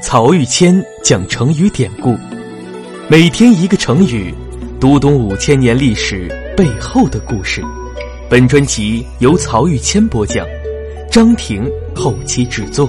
曹玉谦讲成语典故，每天一个成语，读懂5000年历史背后的故事。本专辑由曹玉谦播讲，张婷后期制作。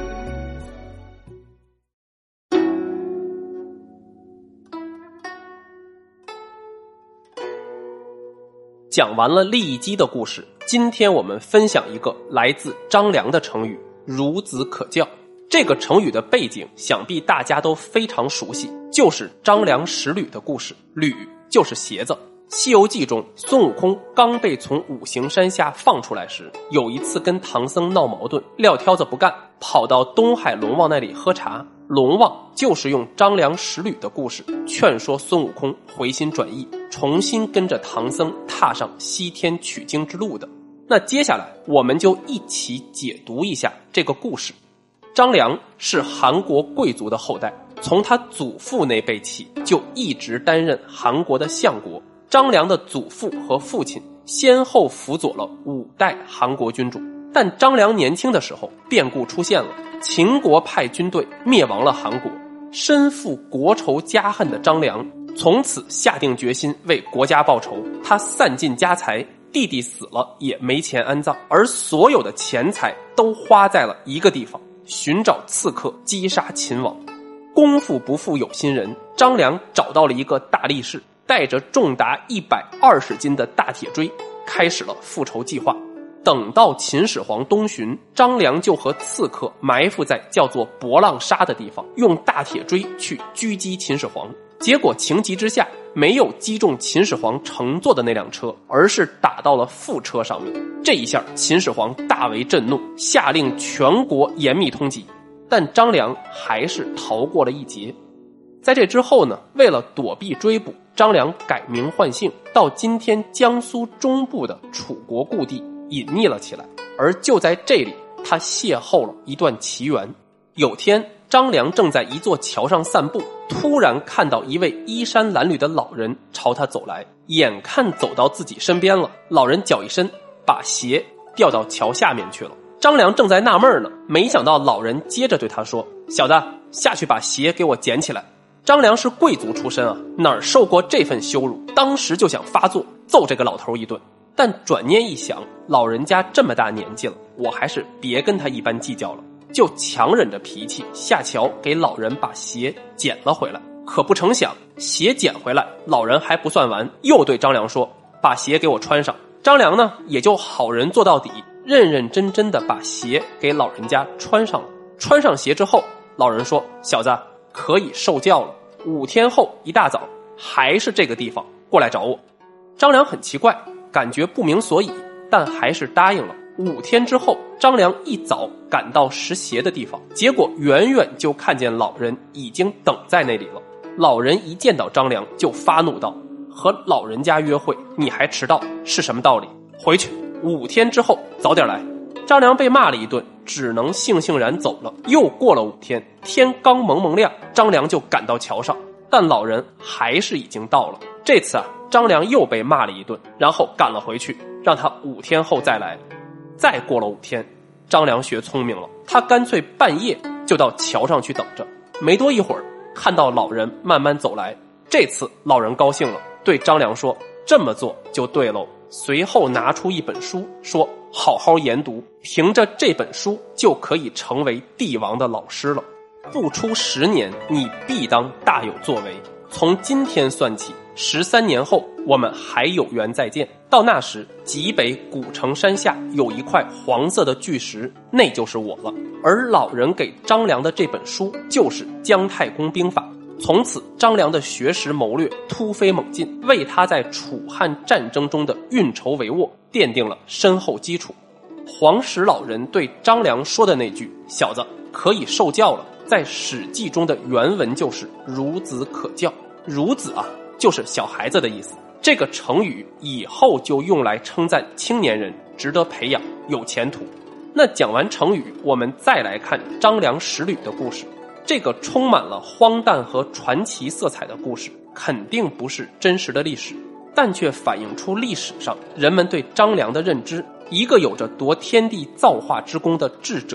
讲完了骊姬的故事，今天我们分享一个来自张良的成语孺子可教。这个成语的背景想必大家都非常熟悉，就是张良识吕的故事。吕就是鞋子。西游记中，孙悟空刚被从五行山下放出来时，有一次跟唐僧闹矛盾，撂挑子不干，跑到东海龙王那里喝茶。龙王就是用张良识吕的故事劝说孙悟空回心转意，重新跟着唐僧踏上西天取经之路的。那接下来我们就一起解读一下这个故事。张良是韩国贵族的后代，从他祖父那辈起就一直担任韩国的相国。张良的祖父和父亲先后辅佐了5代韩国君主，但张良年轻的时候变故出现了，秦国派军队灭亡了韩国。身负国仇家恨的张良从此下定决心为国家报仇，他散尽家财，弟弟死了也没钱安葬，而所有的钱财都花在了一个地方，寻找刺客击杀秦王。功夫不负有心人，张良找到了一个大力士，带着重达120斤的大铁锥，开始了复仇计划。等到秦始皇东巡，张良就和刺客埋伏在叫做博浪沙的地方，用大铁锥去狙击秦始皇。结果情急之下，没有击中秦始皇乘坐的那辆车，而是打到了副车上面。这一下秦始皇大为震怒，下令全国严密通缉，但张良还是逃过了一劫。在这之后呢，为了躲避追捕，张良改名换姓，到今天江苏中部的楚国故地隐匿了起来。而就在这里，他邂逅了一段奇缘。有天，张良正在一座桥上散步，突然看到一位衣衫褴褛的老人朝他走来，眼看走到自己身边了，老人脚一伸，把鞋掉到桥下面去了。张良正在纳闷呢，没想到老人接着对他说：“小子，下去把鞋给我捡起来。”张良是贵族出身啊，哪儿受过这份羞辱，当时就想发作，揍这个老头一顿。但转念一想，老人家这么大年纪了，我还是别跟他一般计较了，就强忍着脾气下桥给老人把鞋捡了回来。可不成想，鞋捡回来，老人还不算完，又对张良说：“把鞋给我穿上。”张良呢，也就好人做到底，认认真真的把鞋给老人家穿上了。穿上鞋之后，老人说：“小子，可以受教了。5天后一大早，还是这个地方过来找我。”张良很奇怪，感觉不明所以，但还是答应了。5天之后，张良一早赶到拾鞋的地方，结果远远就看见老人已经等在那里了。老人一见到张良就发怒道：“和老人家约会，你还迟到，是什么道理？回去，5天之后早点来。”张良被骂了一顿，只能悻悻然走了。又过了5天，天刚蒙蒙亮，张良就赶到桥上，但老人还是已经到了。这次张良又被骂了一顿，然后赶了回去，让他5天后再来。再过了5天，张良学聪明了，他干脆半夜就到桥上去等着。没多一会儿，看到老人慢慢走来，这次老人高兴了，对张良说：“这么做就对喽。”随后拿出一本书，说：“好好研读，凭着这本书就可以成为帝王的老师了。不出10年，你必当大有作为。从今天算起，13年后我们还有缘再见。到那时，极北古城山下有一块黄色的巨石，那就是我了。”而老人给张良的这本书就是《姜太公兵法》。从此，张良的学识谋略突飞猛进，为他在楚汉战争中的运筹帷幄奠定了深厚基础。黄石老人对张良说的那句“小子，可以受教了”，在《史记》中的原文就是“孺子可教”。孺子就是小孩子的意思。这个成语以后就用来称赞青年人，值得培养，有前途。那讲完成语，我们再来看张良识吕的故事。这个充满了荒诞和传奇色彩的故事，肯定不是真实的历史，但却反映出历史上人们对张良的认知，一个有着夺天地造化之功的智者，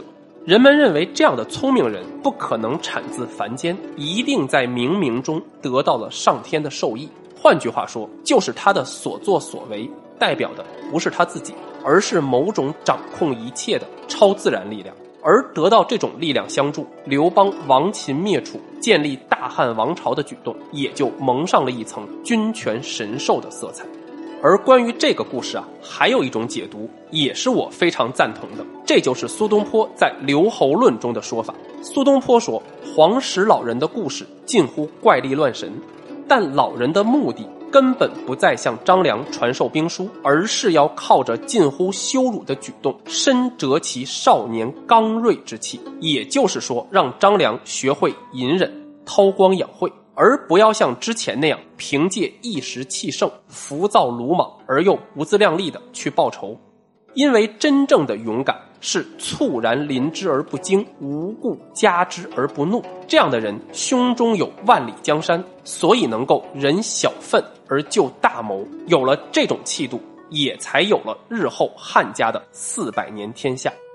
人们认为这样的聪明人不可能产自凡间，一定在冥冥中得到了上天的授意。换句话说，就是他的所作所为代表的不是他自己，而是某种掌控一切的超自然力量。而得到这种力量相助，刘邦亡秦灭楚，建立大汉王朝的举动也就蒙上了一层君权神授的色彩。而关于这个故事啊，还有一种解读也是我非常赞同的，这就是苏东坡在《留侯论》中的说法。苏东坡说，黄石老人的故事近乎怪力乱神，但老人的目的根本不再向张良传授兵书，而是要靠着近乎羞辱的举动深折其少年刚锐之气，也就是说让张良学会隐忍韬光养晦，而不要像之前那样凭借一时气盛浮躁鲁莽而又不自量力的去报仇。因为真正的勇敢是猝然临之而不惊，无故加之而不怒，这样的人胸中有万里江山，所以能够忍小愤而就大谋。有了这种气度，也才有了日后汉家的400年天下。